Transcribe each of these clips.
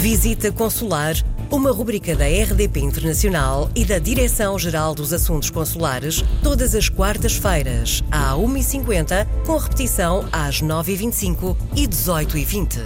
Visita Consular, uma rubrica da RDP Internacional e da Direção-Geral dos Assuntos Consulares, todas as quartas-feiras, à 1h50, com repetição às 9h25 e 18h20.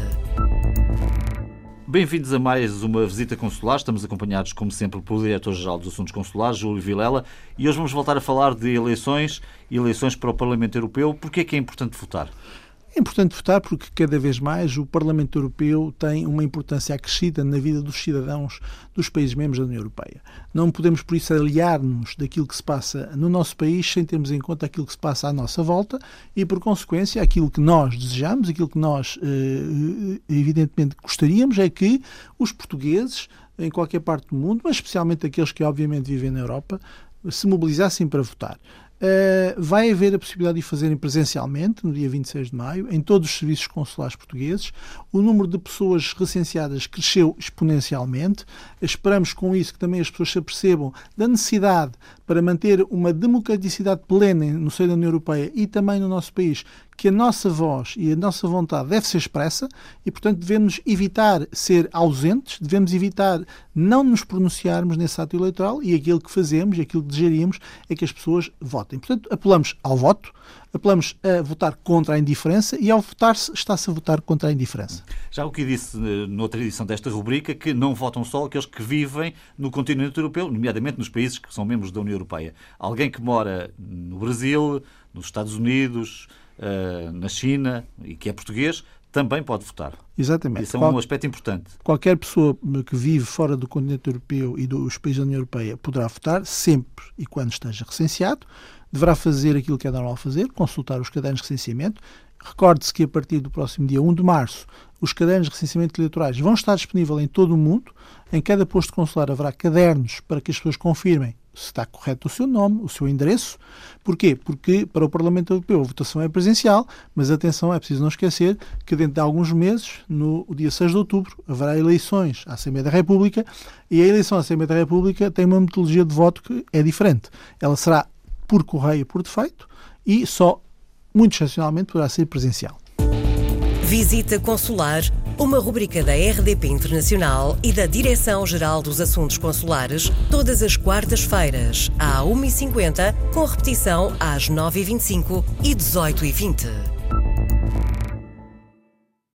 Bem-vindos a mais uma visita consular. Estamos acompanhados, como sempre, pelo Diretor-Geral dos Assuntos Consulares, Júlio Vilela, e hoje vamos voltar a falar de eleições para o Parlamento Europeu. Porquê é que é importante votar? É importante votar porque cada vez mais o Parlamento Europeu tem uma importância acrescida na vida dos cidadãos dos países membros da União Europeia. Não podemos, por isso, aliar-nos daquilo que se passa no nosso país sem termos em conta aquilo que se passa à nossa volta e, por consequência, aquilo que nós desejamos, aquilo que nós, evidentemente, gostaríamos é que os portugueses, em qualquer parte do mundo, mas especialmente aqueles que, obviamente, vivem na Europa, se mobilizassem para votar. Vai haver a possibilidade de o fazerem presencialmente, no dia 26 de maio, em todos os serviços consulares portugueses. O número de pessoas recenseadas cresceu exponencialmente. Esperamos com isso que também as pessoas se apercebam da necessidade para manter uma democraticidade plena no seio da União Europeia e também no nosso país, que a nossa voz e a nossa vontade deve ser expressa e, portanto, devemos evitar ser ausentes, devemos evitar não nos pronunciarmos nesse ato eleitoral e aquilo que fazemos e aquilo que desejaríamos é que as pessoas votem. Portanto, apelamos ao voto, apelamos a votar contra a indiferença e, ao votar-se, está-se a votar contra a indiferença. Já o que disse noutra edição desta rubrica, que não votam só aqueles que vivem no continente europeu, nomeadamente nos países que são membros da União Europeia. Alguém que mora no Brasil, nos Estados Unidos, na China e que é português, também pode votar. Exatamente. Isso é um aspecto importante. Qualquer pessoa que vive fora do continente europeu e dos países da União Europeia poderá votar sempre e quando esteja recenseado. Deverá fazer aquilo que é normal fazer, consultar os cadernos de recenseamento. Recorde-se que a partir do próximo dia 1 de março os cadernos de recenseamento eleitorais vão estar disponíveis em todo o mundo. Em cada posto consular haverá cadernos para que as pessoas confirmem se está correto o seu nome, o seu endereço. Porquê? Porque para o Parlamento Europeu a votação é presencial, mas atenção, é preciso não esquecer que dentro de alguns meses, no dia 6 de outubro, haverá eleições à Assembleia da República e a eleição à Assembleia da República tem uma metodologia de voto que é diferente. Ela será por correio por defeito e só, muito excepcionalmente, poderá ser presencial. Visita Consular, uma rubrica da RDP Internacional e da Direção-Geral dos Assuntos Consulares, todas as quartas-feiras, à 1h50, com repetição às 9h25 e 18h20.